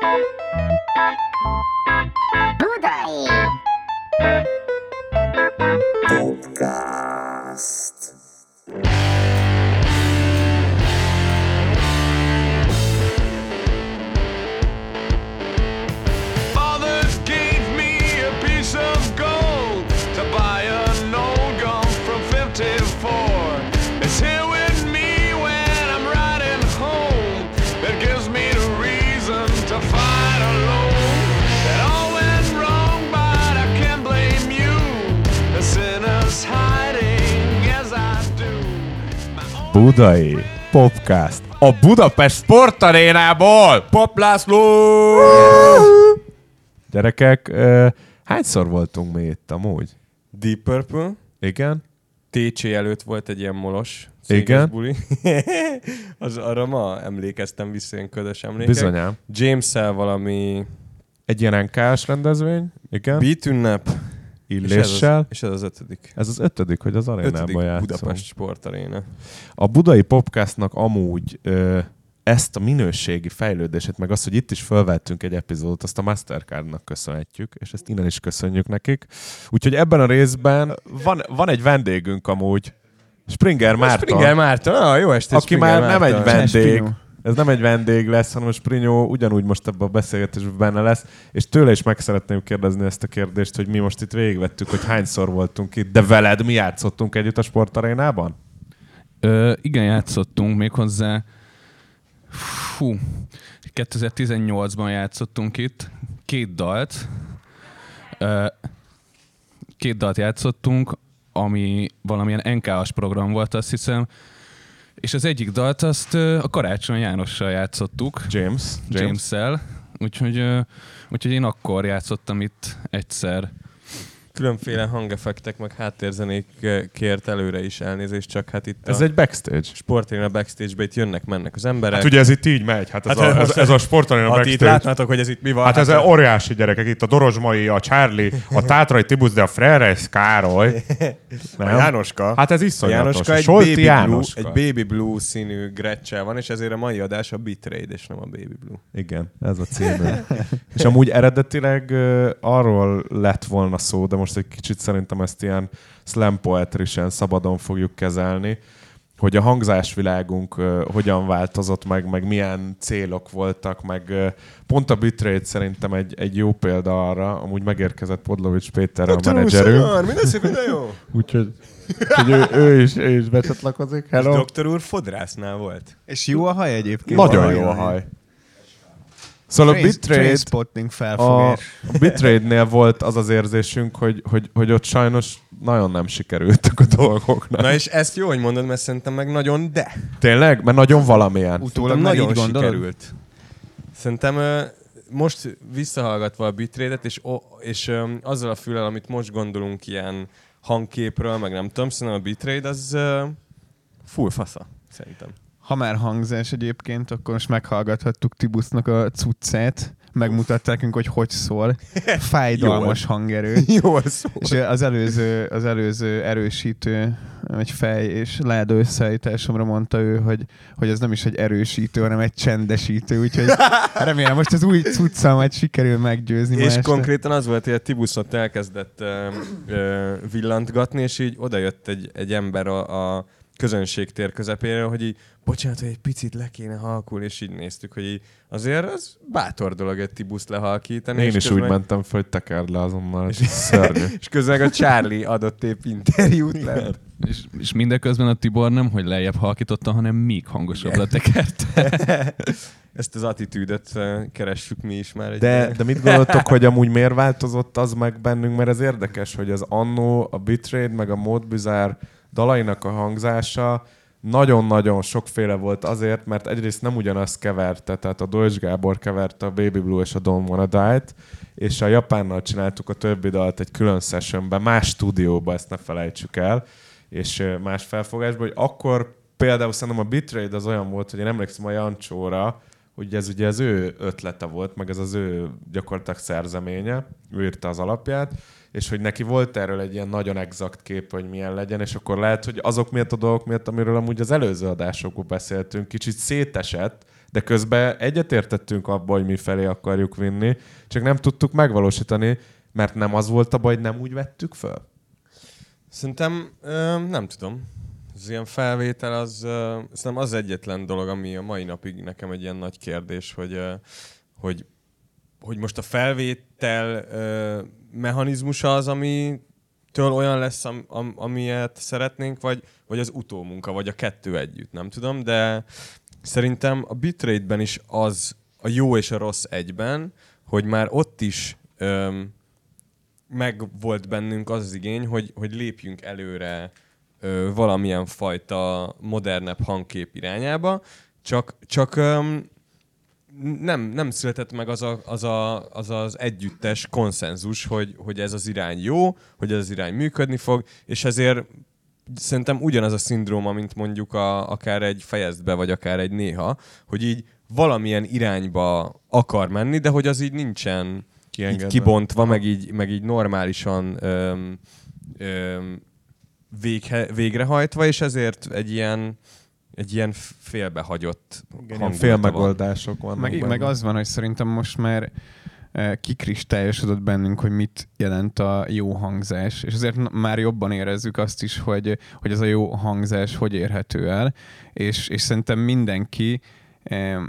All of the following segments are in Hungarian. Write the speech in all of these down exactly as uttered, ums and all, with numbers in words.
Budai Podcast. Budai Podcast. A Budapest Sportarénából! Pop László! Gyerekek, uh, hányszor voltunk mi itt amúgy? Deep Purple. Igen. té cé előtt volt egy ilyen molos Igen. buli. Az, arra ma emlékeztem vissza, ilyen ködös emlékek. Bizonyám. James-szel valami... Egy ilyen en ká-s rendezvény. Igen. Beat ünnep. Illéssel. És ez az ötödik. Ez az ötödik, hogy az arénában játszom. Budapest Sportaréna. A Budai Podcastnak amúgy ö, ezt a minőségi fejlődését, meg azt, hogy itt is felvettünk egy epizódot, azt a Mastercardnak köszönhetjük, és ezt innen is köszönjük nekik. Úgyhogy ebben a részben van, van egy vendégünk amúgy, Springer Márton. Springer Márton, ah, jó estét, aki Springer már Márton. Nem egy vendég. Ez nem egy vendég lesz, hanem a Sprinyó ugyanúgy most ebben a beszélgetésben benne lesz, és tőle is meg szeretném kérdezni ezt a kérdést, hogy mi most itt végigvettük, hogy hányszor voltunk itt, de veled mi játszottunk együtt a sportarénában? Ö, igen, játszottunk méghozzá. Fú, kétezer-tizennyolcban játszottunk itt, két dalt. Ö, két dalt játszottunk, ami valamilyen en ká-as program volt, azt hiszem. És az egyik dalt azt a Karácsony Jánossal játszottuk. James. James. James-szel. Úgyhogy, úgyhogy én akkor játszottam itt egyszer. Különféle hangeffektek, meg háttérzenékért előre is elnézést, csak hát itt ez a egy backstage. Sportaréna backstage-be itt jönnek, mennek az emberek. Hát ugye ez itt így megy, hát ez, hát a, ez, ez a sportaréna hát backstage. Itt látnátok, hogy ez itt mi van. Hát, hát ez óriási gyerekek, itt a Dorozsmai, a Charlie, a Tátrai Tibusz, de a Freres Károly. Nem? A Jánoska. Hát ez iszonyatos. Jánoska egy, Solti baby Jánoska. blue, egy baby blue színű greccsel van, és ezért a mai adás a Bitrade, és nem a baby blue. Igen, ez a címe. És amúgy eredetileg uh, arról lett volna szó, de most egy kicsit szerintem ezt ilyen slam poetry-sen szabadon fogjuk kezelni, hogy a hangzásvilágunk uh, hogyan változott meg, meg milyen célok voltak, meg uh, pont a Bitrate szerintem egy, egy jó példa arra, amúgy megérkezett Podlovics Péter, a menedzserünk. Minden szép, minden jó. Úgyhogy hogy ő, ő, is, ő is becsatlakozik. Hello. És doktor úr fodrásznál volt. És jó a haj egyébként. Nagyon jó a haj. Szóval a Bitrate, a, a Bitrate-nél volt az az érzésünk, hogy, hogy, hogy ott sajnos nagyon nem sikerültek a dolgok. Na és ezt jó, hogy mondod, mert szerintem meg nagyon de. Tényleg? Mert nagyon valamilyen. Utólag nagyon sikerült. Szerintem uh, most visszahallgatva a Bitrate-et, és, oh, és um, azzal a füllel, amit most gondolunk ilyen hangképről, meg nem tudom, szerintem a Bitrate az uh, full fasza, szerintem. Ha már hangzás egyébként, akkor most meghallgathattuk Tibusznak a cuccát, megmutatta nekünk, hogy hogy szól. Fájdalmas hangerő. Jól szól. És az előző, az előző erősítő, egy fej és láda összeállításomra mondta ő, hogy, hogy ez nem is egy erősítő, hanem egy csendesítő, úgyhogy remélem most az új cuccal majd sikerül meggyőzni. És este. konkrétan az volt, hogy a Tibusz ott elkezdett uh, uh, villantgatni, és így odajött egy, egy ember a, a közönségtér közepére, hogy így, bocsánat, hogy egy picit le kéne halkulni, és így néztük, hogy így azért az bátor dolog egy Tibuszt lehalkítani. Én és is közben... úgy mentem fel, hogy tekerd le azonnal, és szörnyű. És közben a Charlie adott épp interjút le. És, és mindeközben a Tibor nem, hogy lejjebb halkította, hanem még hangosabbra tekerte. Ezt az attitűdöt keressük mi is már. Egy de, de mit gondoltok, hogy amúgy miért változott az meg bennünk? Mert ez érdekes, hogy az annó, a Bitrate, meg a Mód Bizarre dalainak a hangzása nagyon-nagyon sokféle volt azért, mert egyrészt nem ugyanazt keverte, tehát a Deutsch Gábor keverte a Baby Blue és a Don't Wanna Die-t, és a Japánnal csináltuk a többi dalt egy külön sessionben, más stúdióban, ezt ne felejtsük el, és más felfogásban, hogy akkor például szerintem a Bitrate az olyan volt, hogy én emlékszem a Jancsóra, hogy ez ugye az ő ötlete volt, meg ez az ő gyakorlatilag szerzeménye, ő írta az alapját, és hogy neki volt erről egy ilyen nagyon exakt kép, hogy milyen legyen, és akkor lehet, hogy azok miatt a dolgok miatt, amiről amúgy az előző adásokban beszéltünk, kicsit szétesett, de közben egyetértettünk abban, hogy mi felé akarjuk vinni, csak nem tudtuk megvalósítani, mert nem az volt a baj, hogy nem úgy vettük föl? Szerintem ö, nem tudom. Az ilyen felvétel az, ö, szerintem az egyetlen dolog, ami a mai napig nekem egy ilyen nagy kérdés, hogy, ö, hogy, hogy most a felvétel ö, mechanizmusa az, ami től olyan lesz, am, am, amilyet szeretnénk, vagy, vagy az utómunka, vagy a kettő együtt, nem tudom, de szerintem a bitrate-ben is az a jó és a rossz egyben, hogy már ott is öm, meg volt bennünk az az igény, hogy, hogy lépjünk előre ö, valamilyen fajta modernebb hangkép irányába, csak, csak öm, nem, nem született meg az, a, az, a, az az együttes konszenzus, hogy, hogy ez az irány jó, hogy ez az irány működni fog, és ezért szerintem ugyanaz a szindróma, mint mondjuk a, akár egy fejezd be, vagy akár egy néha, hogy így valamilyen irányba akar menni, de hogy az így nincsen így kibontva, meg így, meg így normálisan öm, öm, véghe, végrehajtva, és ezért egy ilyen egy ilyen félbehagyott félmegoldások vannak. Meg, meg az van, hogy szerintem most már eh, kikristályosodott bennünk, hogy mit jelent a jó hangzás, és azért már jobban érezzük azt is, hogy, hogy ez a jó hangzás hogy érhető el, és, és szerintem mindenki eh,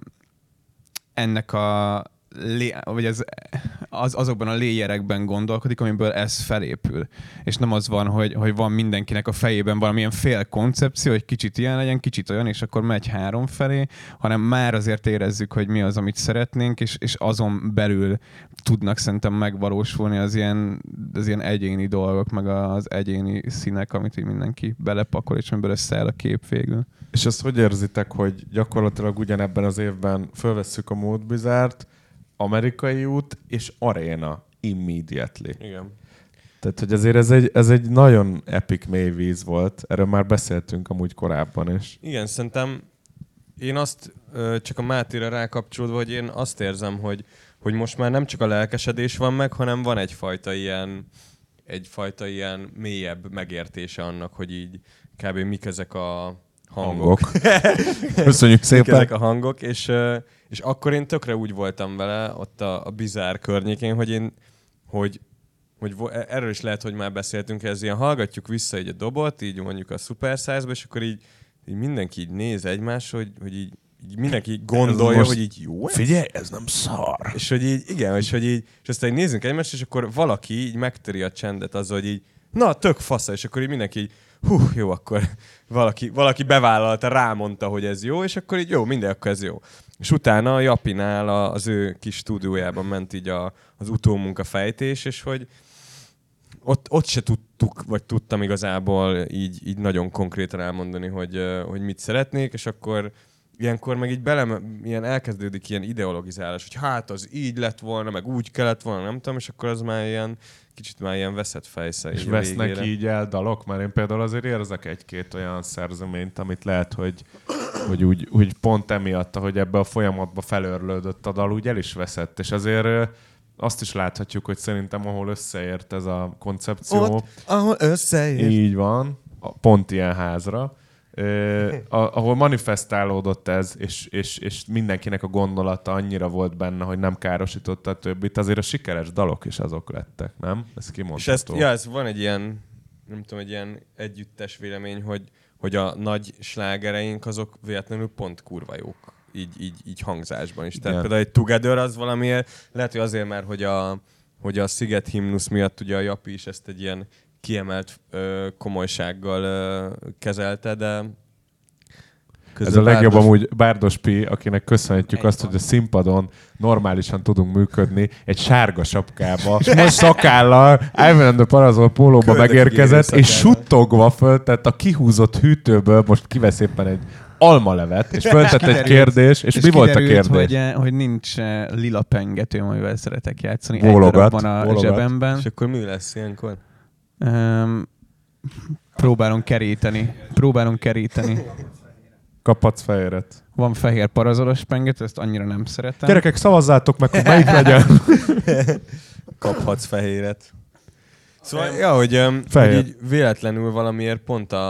ennek a lé, vagy az, az, azokban a léjerekben gondolkodik, amiből ez felépül. És nem az van, hogy, hogy van mindenkinek a fejében valamilyen fél koncepció, hogy kicsit ilyen legyen, kicsit olyan, és akkor megy három felé, hanem már azért érezzük, hogy mi az, amit szeretnénk, és, és azon belül tudnak szerintem megvalósulni az ilyen, az ilyen egyéni dolgok, meg az egyéni színek, amit így mindenki belepakol, és amiből összeáll a kép végül. És azt hogy érzitek, hogy gyakorlatilag ugyanebben az évben fölvesszük a Mode Bizarre-t, Amerikai út és Aréna immediately. Igen. Tehát, hogy azért ez egy, ez egy nagyon epic mélyvíz volt. Erről már beszéltünk amúgy korábban is. Igen, szerintem én azt, csak a Mátéra rákapcsolódva, hogy én azt érzem, hogy, hogy most már nem csak a lelkesedés van meg, hanem van egyfajta ilyen, egyfajta ilyen mélyebb megértése annak, hogy így kb. Mik ezek a hangok. hangok. Köszönjük szépen. Mik ezek a hangok, és, és akkor én tökre úgy voltam vele ott a, a bizárr környékén, hogy én, hogy, hogy erről is lehet, hogy már beszéltünk, ez ilyen hallgatjuk vissza így a dobot, így mondjuk a Super Size-ba, és akkor így, így mindenki így néz egymásra, hogy, hogy így, így mindenki gondolja, most, hogy így jó ez? Figyelj, ez nem szar. És hogy így, igen, és hogy így, és aztán így nézzünk egymást, és akkor valaki így megtöri a csendet azzal, hogy így, na, tök fasza, és akkor így mindenki így, hú, jó, akkor valaki, valaki bevállalta, rámondta, hogy ez jó, és akkor így jó, minden, akkor ez jó. És utána a Japinál az ő kis stúdiójában ment így a, az utómunka fejtés, és hogy ott, ott se tudtuk, vagy tudtam igazából így, így nagyon konkrétan elmondani, hogy, hogy mit szeretnék, és akkor ilyenkor meg így bele, ilyen elkezdődik ilyen ideologizálás, hogy hát az így lett volna, meg úgy kellett volna, nem tudom, és akkor az már ilyen kicsit már ilyen veszett fejsze. És vesznek így el dalok, mert én például azért érzek egy-két olyan szerzeményt, amit lehet, hogy, hogy úgy, úgy pont emiatt, hogy ebbe a folyamatba felörlődött a dal, úgy el is veszett. És azért azt is láthatjuk, hogy szerintem ahol összeért ez a koncepció. Ott, ahol összeért. Így van, pont ilyen házra. Uh, ahol manifestálódott ez, és, és, és mindenkinek a gondolata annyira volt benne, hogy nem károsította a többit, azért a sikeres dalok is azok lettek, nem? Ez kimondható. És ezt, ja, ez van egy ilyen, nem tudom, egy ilyen együttes vélemény, hogy, hogy a nagy slágereink azok véletlenül pont kurva jók, így, így, így hangzásban is. Tehát például egy Together az valamiért, lehet, hogy azért már, hogy a, hogy a Sziget himnusz miatt ugye a Japi is ezt egy ilyen kiemelt ö, komolysággal ö, kezelte, de... Ez a legjobb Bárdos... amúgy Bárdos Pi, akinek köszönhetjük azt, hogy a színpadon normálisan tudunk működni, egy sárga sapkába, és most szakállal, Ivan and the Parazol pólóba megérkezett, és suttogva föltett a kihúzott hűtőből, most kivesz éppen egy almalevet, és föltett egy kérdés, és, és mi volt a kérdés? Hogy, hogy nincs lila pengetőm, amivel szeretek játszani. Bólogat, egy darab van a bólogat. zsebemben. És akkor mi lesz ilyenkor? Um, próbálunk keríteni. Próbálunk keríteni. Kaphatsz fehéret. Van fehér parazolos pengető, ezt annyira nem szeretem. Gyerekek, szavazzátok meg, hogy melyik legyen. Kaphatsz fehéret. Szóval, ja, hogy, um, hogy így véletlenül valamiért pont a...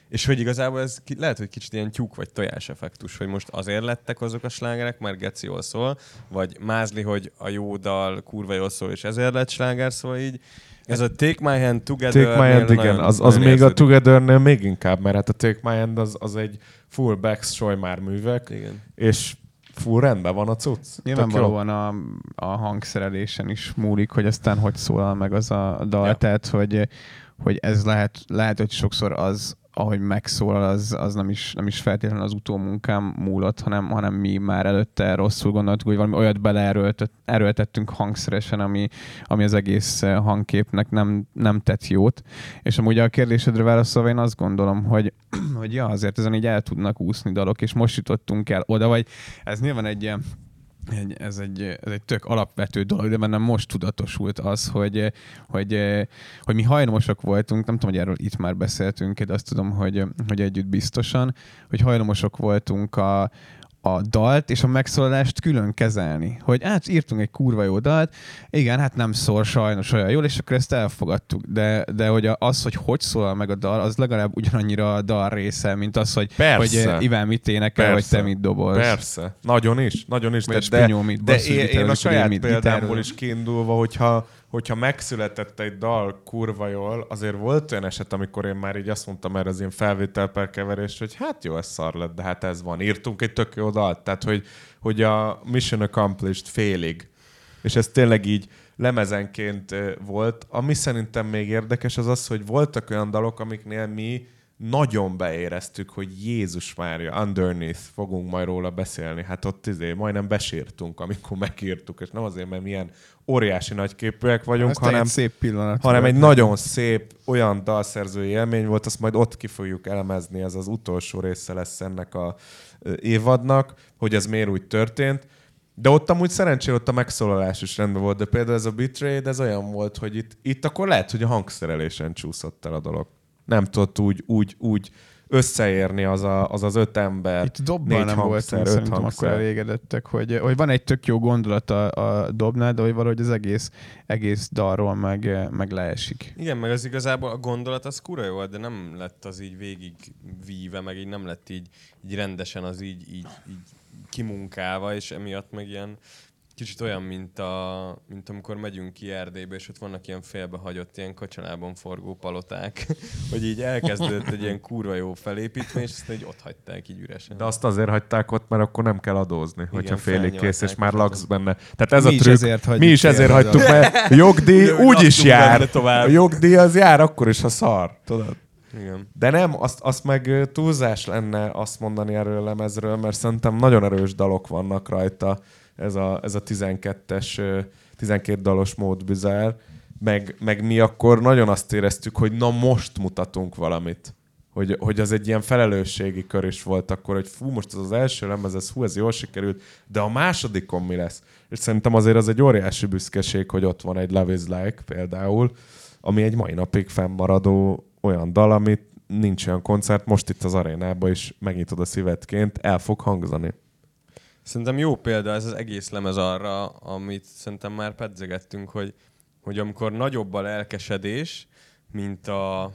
És hogy igazából ez ki, lehet, hogy kicsit ilyen tyúk vagy tojás effektus, hogy most azért lettek azok a slágerek, mert geci jól szól, vagy mázli, hogy a jó dal kurva jól szól, és ezért lett sláger, szóval így. Ez a Take My Hand Together... Take My Hand, igen, az, az még a Together-nél még inkább, mert hát a Take My Hand az, az egy full Backstreet már művek, igen. És full rendben van a cucc. Nyilvánvalóan a, a hangszerelésen is múlik, hogy aztán hogy szólal meg az a dal, ja. Tehát hogy, hogy ez lehet, lehet, hogy sokszor az, ahogy megszólal, az, az nem, is, nem is feltétlenül az utómunkám múlott, hanem, hanem mi már előtte rosszul gondoltuk, hogy valami olyat beleerőltettünk hangszeresen, ami, ami az egész hangképnek nem, nem tett jót. És amúgy a kérdésedre válaszolva én azt gondolom, hogy, hogy ja, azért ezen így el tudnak úszni dalok, és most jutottunk el oda, vagy ez nyilván egy ilyen Egy, ez, egy, ez egy tök alapvető dolog, de bennem most tudatosult az, hogy, hogy, hogy mi hajlamosak voltunk, nem tudom, hogy erről itt már beszéltünk, de azt tudom, hogy, hogy együtt biztosan, hogy hajlamosak voltunk a, a dalt és a megszólalást külön kezelni. Hogy hát írtunk egy kurva jó dalt, igen, hát nem szól sajnos olyan jól, és akkor ezt elfogadtuk. De, de hogy az, hogy hogy szólal meg a dal, az legalább ugyanannyira a dal része, mint az, hogy, hogy Iván mit énekel, vagy te mit dobolsz. Persze, nagyon is, nagyon is. Vagy de de, mit de én, én a saját példámból is kiindulva, hogyha hogyha megszületett egy dal kurva jól, azért volt olyan eset, amikor én már így azt mondtam erre az ilyen felvétel per keverés, hogy hát jó, ez szar lett, de hát ez van. Írtunk egy tök jó dalt, tehát hogy, hogy a Mission Accomplished félig. És ez tényleg így lemezenként volt. Ami szerintem még érdekes az az, hogy voltak olyan dalok, amiknél mi nagyon beéreztük, hogy Jézus Mária, Underneath, fogunk majd róla beszélni. Hát ott izé, majdnem besírtunk, amikor megírtuk, és nem azért, mert milyen óriási nagyképűek vagyunk, Azt hanem, egy szép pillanat hanem volt. egy nagyon szép olyan dalszerzői élmény volt, azt majd ott ki fogjuk elemezni, ez az utolsó része lesz ennek a évadnak, hogy ez miért úgy történt. De ott amúgy szerencsére ott a megszólalás is rendben volt, de például ez a Betrayed, ez olyan volt, hogy itt, itt akkor lehet, hogy a hangszerelésen csúszott el a dolog. Nem tudott úgy, úgy, úgy összeérni az, a, az az öt ember. Itt dobban nem hangszer, voltunk szerintem akkor elégedettek, hogy, hogy van egy tök jó gondolat a, a dobnál, de hogy valahogy az egész, egész dalról meg, meg leesik. Igen, meg az igazából a gondolat az kura jó volt, de nem lett az így végig víve, meg így nem lett így, így rendesen az így, így, így kimunkálva, és emiatt meg ilyen kicsit olyan, mint, a, mint amikor megyünk ki Erdélybe, és ott vannak ilyen félbehagyott, ilyen kacsalában forgó paloták, hogy így elkezdődött egy ilyen kurva jó felépítmény, és azt így ott hagyták így üresen. De azt azért hagyták ott, mert akkor nem kell adózni, igen, hogyha félig kész, és már laksz ott. benne. Tehát ez mi a trükk. Mi is ezért hagytuk, mert jogdíj úgy is jár. A jogdíj az jár akkor is, ha szar. Tudod? Igen. De nem, azt, azt meg túlzás lenne azt mondani erről a lemezről, mert szerintem nagyon erős dalok vannak rajta. Ez a, ez a tizenkettes, tizenkét dalos Maud Bizarre, meg, meg mi akkor nagyon azt éreztük, hogy na most mutatunk valamit. Hogy, hogy az egy ilyen felelősségi kör is volt akkor, hogy fú, most ez az első lemez, ez, hú, ez jól sikerült, de a másodikon mi lesz? És szerintem azért az egy óriási büszkeség, hogy ott van egy Love is Like például, ami egy mai napig fennmaradó olyan dal, amit nincs olyan koncert, most itt az arénában is megnyitod a szívedként, el fog hangzani. Szerintem jó példa ez az egész lemez arra, amit szerintem már pedzegettünk, hogy, hogy amikor nagyobb a lelkesedés, mint a,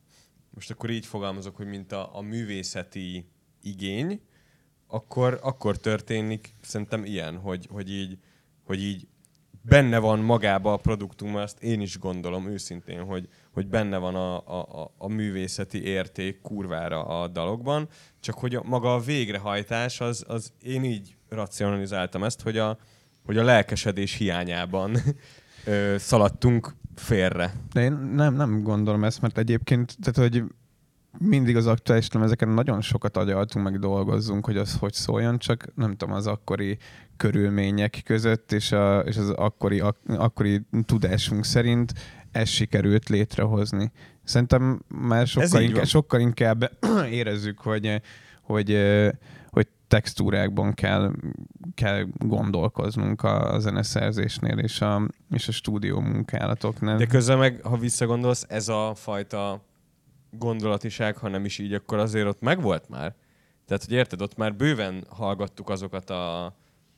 most akkor így fogalmazok, hogy mint a, a művészeti igény, akkor, akkor történik szerintem ilyen, hogy, hogy, így, hogy így benne van magába a produktumban, azt én is gondolom őszintén, hogy, hogy benne van a, a, a művészeti érték kurvára a dalokban, csak hogy a, maga a végrehajtás, az, az én így racionalizáltam ezt, hogy a, hogy a lelkesedés hiányában ö, szaladtunk félre. De én nem, nem gondolom ezt, mert egyébként, tehát hogy mindig az aktuális lemezeken nagyon sokat agyaltunk, meg dolgozzunk, hogy az hogy szóljon, csak nem tudom, az akkori körülmények között és, a, és az akkori, ak, akkori tudásunk szerint ezt sikerült létrehozni. Szerintem már sokkal, inkább, sokkal inkább érezzük, hogy, hogy, hogy textúrákban kell, kell gondolkoznunk a zeneszerzésnél és a, és a stúdió munkálatoknál. De közben meg, ha visszagondolsz, ez a fajta gondolatiság, ha nem is így, akkor azért ott megvolt már. Tehát, hogy érted, ott már bőven hallgattuk azokat a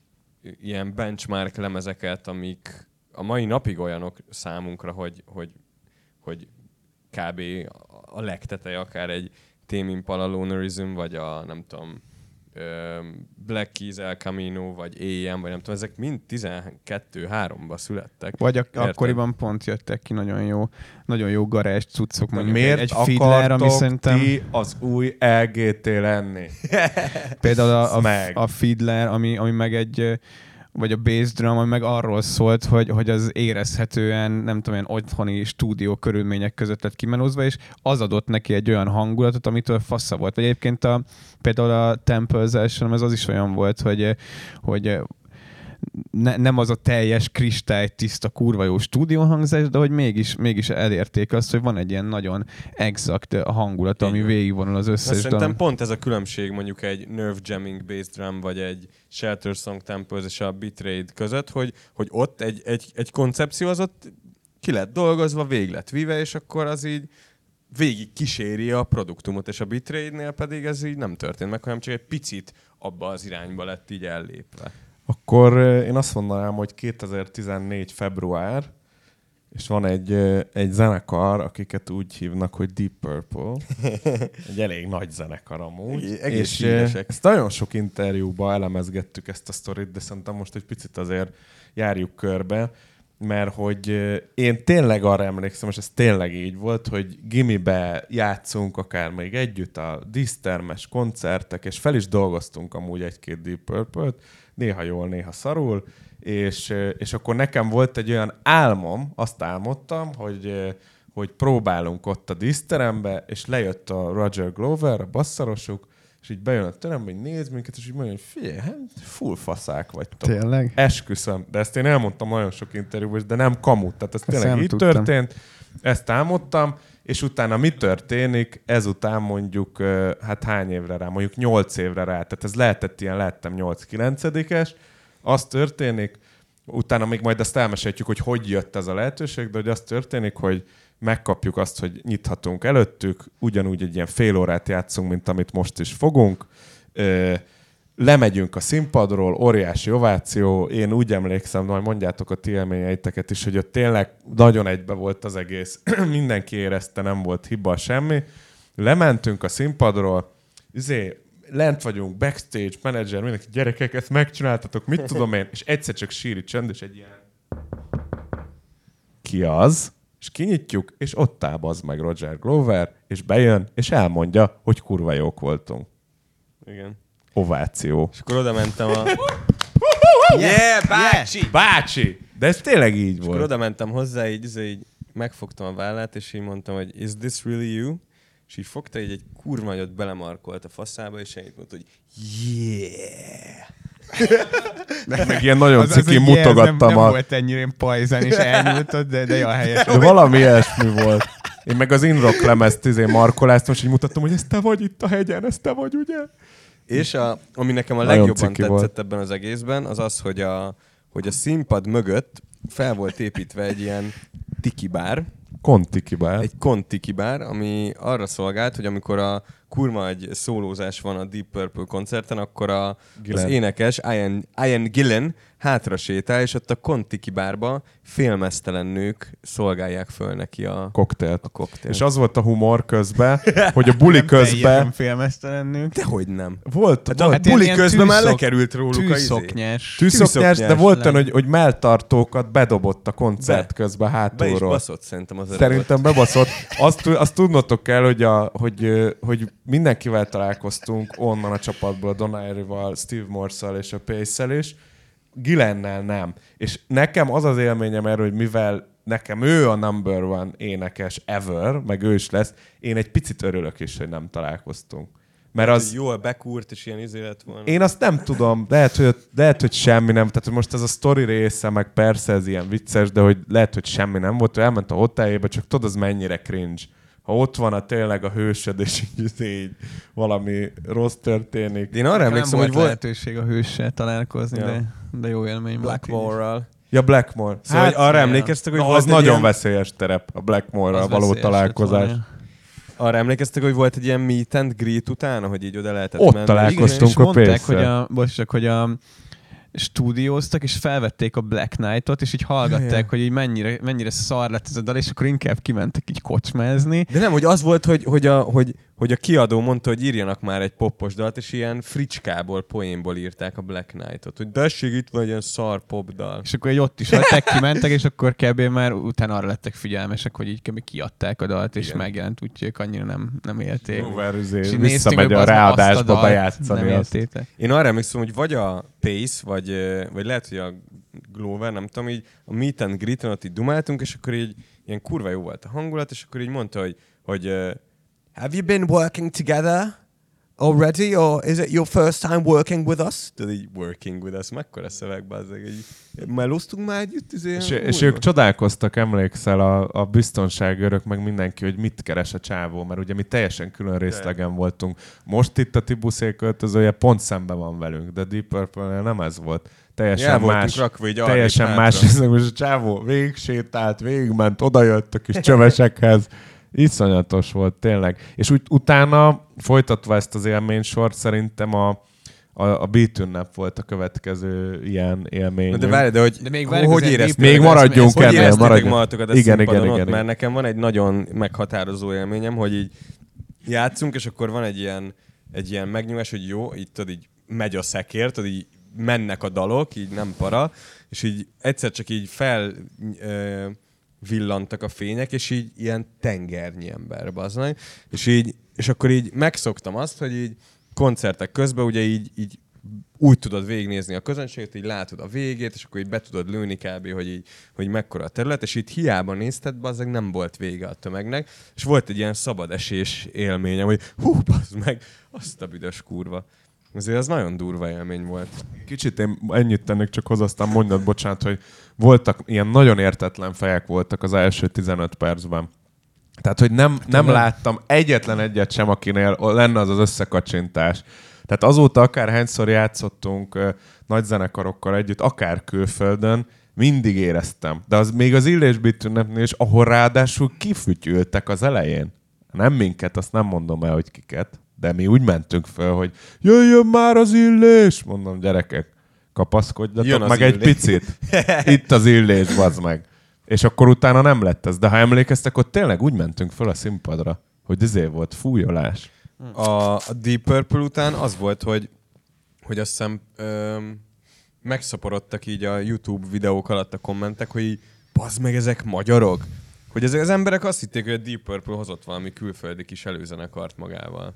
ilyen benchmark lemezeket, amik a mai napig olyanok számunkra, hogy, hogy, hogy kb. A legteteje akár egy Tame Impala Lonerism, vagy a nem tudom, Black Keys El Camino, vagy á em, vagy nem tudom, ezek mind tizenkettő háromba születtek. Vagy ak- Érted? akkoriban pont jöttek ki nagyon jó, nagyon jó garázs cuccok, mondjuk Miért egy, egy Fiddler, ami szerintem... ti az új el gé té lenni? Például a, a, meg. a Fiddler, ami, ami meg egy, vagy a bass drum, ami meg arról szólt, hogy, hogy az érezhetően, nem tudom, ilyen otthoni stúdió körülmények között lett kimenózva, és az adott neki egy olyan hangulatot, amitől fassa volt. Vagy egyébként a, például a Temples első, ez az is olyan volt, hogy, hogy ne, nem az a teljes kristálytiszta kurva jó stúdióhangzás, de hogy mégis, mégis elérték azt, hogy van egy ilyen nagyon exakt hangulat, ami végigvonul az összes Szerintem dalon. pont ez a különbség mondjuk egy Nerve Jamming bass drum, vagy egy Shelter Song Temples és a Betrayed között, hogy, hogy ott egy, egy, egy koncepció az ott ki lett dolgozva, végig lett vive, és akkor az így végig kíséri a produktumot, és a Betrayednél pedig ez így nem történt meg, hanem csak egy picit abba az irányba lett így ellépve. Akkor én azt mondanám, hogy kétezer-tizennégy február, és van egy, egy zenekar, akiket úgy hívnak, hogy Deep Purple. Egy elég nagy zenekar amúgy. Egész és híresek. ezt nagyon sok interjúban elemezgettük ezt a sztorit, de szerintem most egy picit azért járjuk körbe, mert hogy én tényleg arra emlékszem, és ez tényleg így volt, hogy gimibe játszunk akár még együtt a dísztermes koncertek, és fel is dolgoztunk amúgy egy-két Deep Purple-t, néha jól, néha szarul, és, és akkor nekem volt egy olyan álmom, azt álmodtam, hogy, hogy próbálunk ott a díszterembe, és lejött a Roger Glover, a basszarosuk, és így bejön a terembe, hogy néz minket, és így mondja, hogy figyelj, hát full faszák vagytok. Tényleg? Esküszöm. De ezt én elmondtam nagyon sok interjúban, de nem kamut. Tehát ez Ezt tényleg nem így tudtam. történt. Ezt álmodtam, és utána mi történik? Ezután mondjuk, hát hány évre rá? Mondjuk nyolc évre rá. Tehát ez lehetett ilyen, lehettem nyolc-kilencedikes. Az történik, utána még majd ezt elmeséljük, hogy hogy jött ez a lehetőség, de hogy az történik, hogy megkapjuk azt, hogy nyithatunk előttük, ugyanúgy egy ilyen fél órát játszunk, mint amit most is fogunk. Ö, lemegyünk a színpadról, óriási ováció, én úgy emlékszem, majd mondjátok a ti élményeiteket is, hogy ott tényleg nagyon egybe volt az egész, mindenki érezte, nem volt hiba, semmi. Lementünk a színpadról, izé, lent vagyunk, backstage, menedzser, mindenki, gyerekek, ezt megcsináltatok, mit tudom én, és egyszer csak síri csönd, és egy ilyen... Ki az? És kinyitjuk, és ott áll az meg Roger Glover, és bejön, és elmondja, hogy kurva jók voltunk. Igen. Ováció. És akkor oda mentem a... Yeah, bácsi! Bácsi! De ez tényleg így És volt. akkor oda mentem hozzá, így, így, így megfogtam a vállát, és így mondtam, hogy is this really you? És így fogta, így egy kurva nagyot belemarkolt a faszába, és így mondta, hogy yeah! Meg ilyen nagyon Az- az ciki egy ilyen, mutogattam nem, nem a... volt ennyire ilyen pajzán, és elnyújtott, de, de jó helyes. De valami ilyesmi volt. Én meg az Inrock lemezt izé markoláztam, és így mutattam, hogy ez te vagy itt a hegyen, ez te vagy, ugye? És a, ami nekem a Nagyon legjobban ciki tetszett volt. ebben az egészben, az az, hogy a, hogy a színpad mögött fel volt építve egy ilyen tikibár, Konti kibál. egy kontikibár, ami arra szolgált, hogy amikor a kurva egy szólózás van a Deep Purple koncerten, akkor a, Gillen. az énekes Ian, Ian Gillen hátra sétál, és ott a kontikibárba félmeztelen nők szolgálják föl neki a, Koktélt. a koktélt. És az volt a humor közben, hogy a buli közben Nem félmeztelennünk. Dehogy nem. volt, Hát volt a Hát ilyen- buli ilyen közben már tűzszok- lekerült róluk a izé. Tűzszoknyás. tűzszoknyás, de tűzszoknyás volt olyan, lenni. hogy, hogy melltartókat bedobott a koncert Be. közben Be is hátulról. baszott szerintem az öreg. Szerintem bebaszott. Azt, azt tudnotok kell, hogy, a, hogy, ö, hogy mindenkivel találkoztunk onnan a csapatból, a Donairival, Steve Morse-szal és a Pace-szel is. Gillennel nem. És nekem az az élményem erről, hogy mivel nekem ő a number one énekes ever, meg ő is lesz, én egy picit örülök is, hogy nem találkoztunk. Mert az... Jól bekúrt, és ilyen izé lett volna. Én azt nem tudom, lehet hogy, lehet, hogy semmi nem, tehát hogy most ez a sztori része, meg persze ez ilyen vicces, de hogy lehet, hogy semmi nem volt, hogy elment a hoteljébe, csak tudod, az mennyire cringe. Ha ott van a tényleg a hősöd, és így, így valami rossz történik. De én arra Nem emlékszem, volt hogy volt lehetőség a hőssel találkozni, Ja. de, de jó élmény volt. Blackmore-ral. Ja, Blackmore. Szóval hát, arra ja. emlékeztek, hogy Na, volt az egy nagyon ilyen, veszélyes terep, a Blackmore-ral Az való veszélyes lett találkozás. volna. arra emlékeztek, hogy volt egy ilyen meet and greet utána, hogy így oda lehetett Ott menni. találkoztunk. És a mondták, Pace-szel. hogy a, bocs, csak, hogy a stúdióztak, és felvették a Black Knight-ot, és így hallgatták, Ja, ja. hogy így mennyire, mennyire szar lett ez a dal, és akkor inkább kimentek így kocsmázni. De nem, hogy az volt, hogy, hogy, a, hogy, hogy a kiadó mondta, hogy írjanak már egy poppos dalt, és ilyen fricskából, poénból írták a Black Knight-ot, hogy dessék, itt van egy ilyen szar popdal. És akkor egy ott is hagyták, kimentek, és akkor kb. Már utána arra lettek figyelmesek, hogy így kb. Kiadták a dalt, és Igen. megjelent, úgyhogy ők annyira nem, nem élték. Overüzé, És így visszamegy néztünk, a hogy az ráadásba azt a dalt bejátszani nem azt. éltétek. Én arra emlékszem, hogy vagy a Pace, vagy, ö, vagy lehet, hogy a Glover, nem tudom, így a Meet and Greet-en ott így dumáltunk, és akkor így ilyen kurva jó volt a hangulat, és akkor így mondta, hogy, hogy uh, have you been working together already, or is it your first time working with us? Tudod így, working with us, mekkora szövegbe az egy, melóztunk már együtt? Izé, És, és ők csodálkoztak, emlékszel, a, a biztonságőrök, meg mindenki, hogy mit keres a csávó, mert ugye mi teljesen külön részlegen voltunk. Most itt a Tibuszé költözője pont szemben van velünk, de Deep Purple-nél nem ez volt. Teljesen más, rakva, így teljesen más részleg. Most a csávó végig sétált, végigment, odajött a kis csövesekhez. Iszonyatos volt, tényleg. És úgy utána, folytatva ezt az élménysort, szerintem a, a, a Beat ünnep volt a következő ilyen élmény. De várj, de hogy, De még hogy, várjuk, hogy az ilyen éreztétek? Még Ezt- maradjunk ezt- Hogy ennél, éreztétek maradjunk. magatokat a Igen, színpadon igen, ott? igen, Mert igen. nekem van egy nagyon meghatározó élményem, hogy így játszunk, és akkor van egy ilyen, egy ilyen megnyugvás, hogy jó, itt tudod, így megy a szekér, tudod, így mennek a dalok, így nem para, és így egyszer csak így fel ö, villantak a fények, és így ilyen tengernyi ember, bazd, és így, és akkor így megszoktam azt, hogy így koncertek közben ugye így, így úgy tudod végignézni a közönséget, így látod a végét, és akkor így be tudod lőni kb., hogy így, hogy mekkora a terület, és itt hiába nézted, bazzeg nem volt vége a tömegnek, és volt egy ilyen szabad esés élményem, hogy hú, bazd meg, azt a büdös kurva. Azért az nagyon durva élmény volt. Kicsit én ennyit tennék csak hozzá, aztán mondjad, bocsánat, hogy voltak ilyen nagyon értetlen fejek voltak az első tizenöt percben. Tehát, hogy nem, nem láttam egyetlen egyet sem, akinél lenne az az összekacsintás. Tehát azóta akárhányszor játszottunk uh, nagy zenekarokkal együtt, akár külföldön, mindig éreztem. De az még az Illés Beat ünnepnél is, ahol ráadásul kifütyültek az elején. Nem minket, azt nem mondom el, hogy kiket. De mi úgy mentünk föl, hogy jöjjön már az Illés! Mondom, gyerekek, kapaszkodjatok meg illés. egy picit. Itt az Illés, bazd meg. És akkor utána nem lett ez. De ha emlékeztek, ott tényleg úgy mentünk föl a színpadra, hogy izé volt fújolás. A, a Deep Purple után az volt, hogy, hogy azt hiszem öm, megszaporodtak így a YouTube videók alatt a kommentek, hogy így, bazd meg, ezek magyarok? Hogy ezek az emberek azt hitték, hogy a Deep Purple hozott valami külföldi kis előzenekart magával.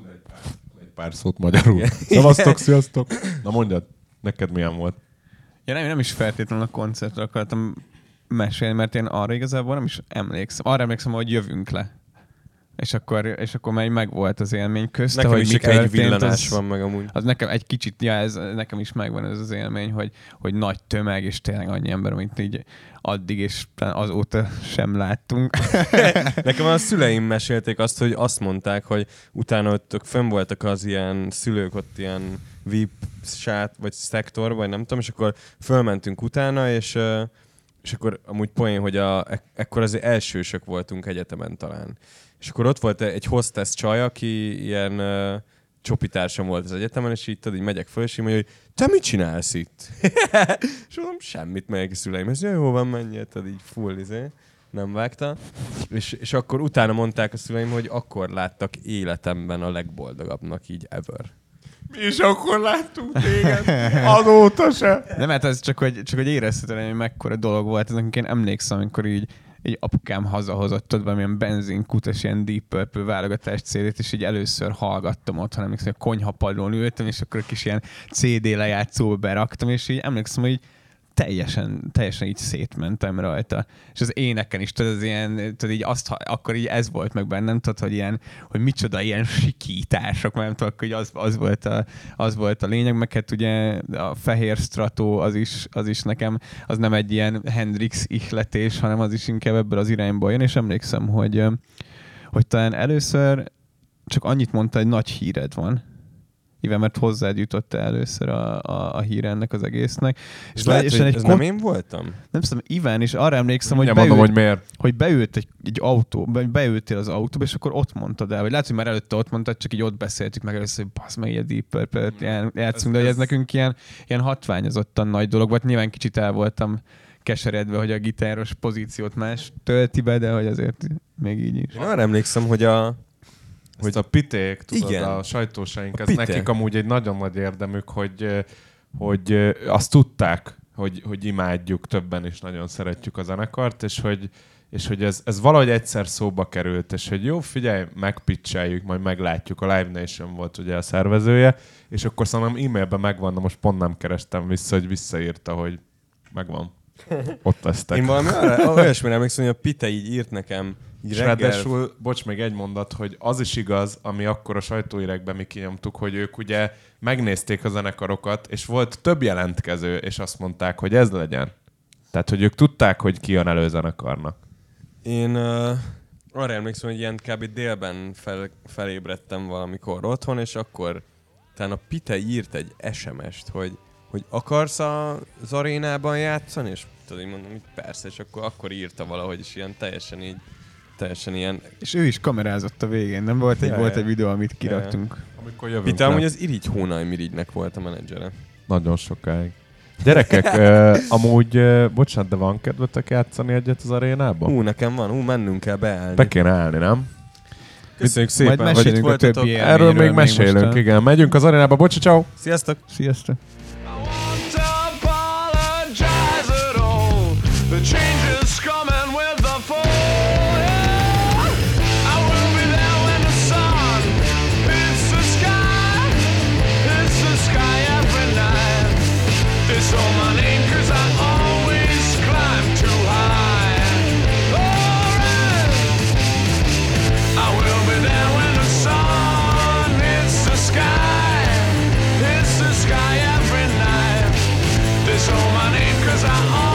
Egy pár szót magyarul. Szevasztok, sziasztok! Na mondjad, neked milyen volt? Ja, nem, nem is feltétlenül a koncertre akartam mesélni, mert én arra igazából nem is emlékszem. Arra emlékszem, hogy jövünk le. És akkor, és akkor már megvolt az élmény közte, Nekem hogy is mi csak egy történt, villanás az, van meg amúgy. az nekem egy kicsit, ja, ez, nekem is megvan ez az élmény, hogy, hogy nagy tömeg, és tényleg annyi ember, amit így addig, és azóta sem láttunk. Nekem a szüleim mesélték azt, hogy azt mondták, hogy utána ott fönn voltak az ilyen szülők ott ilyen vé i pé sát, vagy szektor, vagy nem tudom, és akkor fölmentünk utána, és, és akkor amúgy poén, hogy a, ekkor azért elsősök voltunk egyetemen talán. És akkor ott volt egy hostess csaj, aki ilyen uh, csopitársam volt az egyetemen, és így, tudod, így megyek föl, és így mondja, hogy te mit csinálsz itt? És mondom, semmit, megyek a szüleim. Ez jó van, menjél, tudod, így full, izé. Nem vágta. És, és akkor utána mondták a szüleim, hogy akkor láttak életemben a legboldogabbnak így ever. Mi is akkor láttunk téged. Azóta se. Nem, hát ez csak, hogy, csak hogy érezhetetlen, hogy mekkora dolog volt. Ez nekünk én emlékszem, amikor így így apukám hazahozott ott valamilyen benzinkutas, ilyen Deep Purple válogatás cé dét, és így először hallgattam otthon, emlékszem, hogy a konyhapadlón ültem, és akkor kis ilyen cé dé lejátszóba beraktam, és így emlékszem, hogy teljesen, teljesen így szétmentem rajta. És az éneken is, tudod, az ilyen, tudod, így azt, akkor így ez volt meg bennem, tudod, hogy ilyen, hogy micsoda ilyen sikítások, mert nem tudod, hogy az, az, volt a, az volt a lényeg, meg hát ugye a fehér Strato az is, az is nekem, az nem egy ilyen Hendrix ihletés, hanem az is inkább ebből az irányból jön, és emlékszem, hogy, hogy talán először csak annyit mondta, hogy nagy híred van. Igen, mert hozzád jutott először a, a, a hír ennek az egésznek. És, és lehet, hogy egy ez kon- nem én voltam? Nem tudom, Iván is arra emlékszem, hogy Nem beült, mondom, hogy miért. hogy beült egy, egy autó, be, beültél az autóba, és akkor ott mondtad el, vagy lehet, hogy már előtte ott mondtad, csak így ott beszéltük meg először, hogy basz meg, ilyen Deep Purple-t játszunk, de hogy ez nekünk ilyen, ilyen hatványozottan nagy dolog volt. Nyilván kicsit el voltam keseredve, hogy a gitáros pozíciót más tölti be, de hogy azért még így is. Én arra emlékszem, hogy a hogy a piték, tudod, Igen. a sajtósaink, A ez pite. nekik amúgy egy nagyon nagy érdemük, hogy, hogy azt tudták, hogy, hogy imádjuk, többen is nagyon szeretjük a zenekart, és hogy, és hogy ez, ez valahogy egyszer szóba került, és hogy jó, figyelj, megpitcheljük, majd meglátjuk. A Live Nation volt ugye a szervezője, és akkor szerintem e-mailben megvan, de most pont nem kerestem vissza, hogy visszaírta, hogy megvan. Ott lesztek. Én valami arra, olyasmire emlékszem, hogy a Pite így írt nekem így És reggel. ráadásul, bocs, még egy mondat, hogy az is igaz, ami akkor a sajtóírekben mi kinyomtuk, hogy ők ugye megnézték a zenekarokat, és volt több jelentkező, és azt mondták, hogy ez legyen. Tehát, hogy ők tudták, hogy ki jön előzenekarnak. Én uh, arra emlékszem, hogy ilyen kb. Délben fel, felébredtem valamikor otthon, és akkor talán a Pite írt egy es em est, hogy, hogy akarsz az arénában játszani? És tudod, így mondom, hogy persze, és akkor, akkor írta valahogy, és ilyen teljesen így, teljesen ilyen... És ő is kamerázott a végén, nem volt egy, Ja, volt ja. egy videó, amit kiraktunk. Amikor jövünk Pite le. amúgy az Irigy Hónaj Mirigynek volt a menedzsere. Nagyon sokáig. Gyerekek, uh, amúgy, uh, bocsánat, de van kedvetek játszani egyet az arénában? Hú, nekem van, hú, mennünk kell beállni. Be kéne állni, nem? Köszönjük szépen, Majd hogy itt mesélünk a voltatok. többi Erről még élményről mesélünk, most a- igen. Megyünk az arénába, bocsi, ciao. Sziasztok! Sziasztok! I want to apologize at all. The change is coming with the fall. Yeah. I will be there when the sun hits the sky. Hits the sky every night. They saw my name 'cause I always climb too high. Alright. I will be there when the sun hits the sky. Hits the sky every night. They saw my name 'cause I